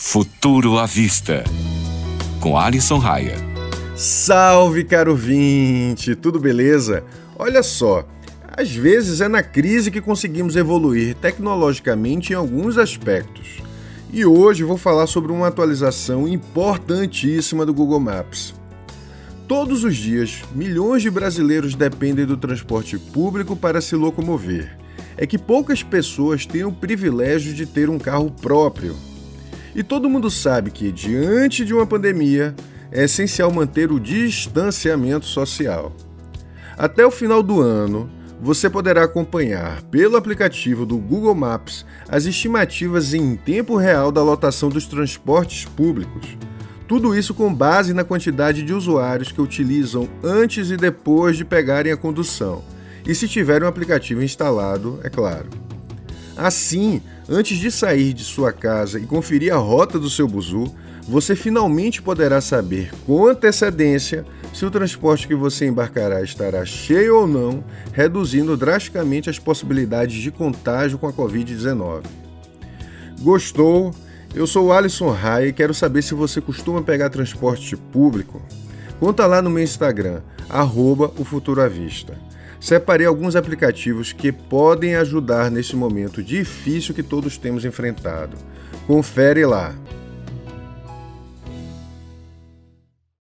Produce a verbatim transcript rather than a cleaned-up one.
Futuro à Vista, com Alisson Raia. Salve, caro ouvinte! Tudo beleza? Olha só, às vezes é na crise que conseguimos evoluir tecnologicamente em alguns aspectos. E hoje vou falar sobre uma atualização importantíssima do Google Maps. Todos os dias, milhões de brasileiros dependem do transporte público para se locomover. É que poucas pessoas têm o privilégio de ter um carro próprio. E todo mundo sabe que, diante de uma pandemia, é essencial manter o distanciamento social. Até o final do ano, você poderá acompanhar pelo aplicativo do Google Maps as estimativas em tempo real da lotação dos transportes públicos. Tudo isso com base na quantidade de usuários que utilizam antes e depois de pegarem a condução, e se tiver um aplicativo instalado, é claro. Assim, antes de sair de sua casa e conferir a rota do seu buzu, você finalmente poderá saber com antecedência se o transporte que você embarcará estará cheio ou não, reduzindo drasticamente as possibilidades de contágio com a covid dezenove. Gostou? Eu sou o Alisson Raia e quero saber se você costuma pegar transporte público. Conta lá no meu Instagram, arroba o Futuro à Vista. Separei alguns aplicativos que podem ajudar nesse momento difícil que todos temos enfrentado. Confere lá.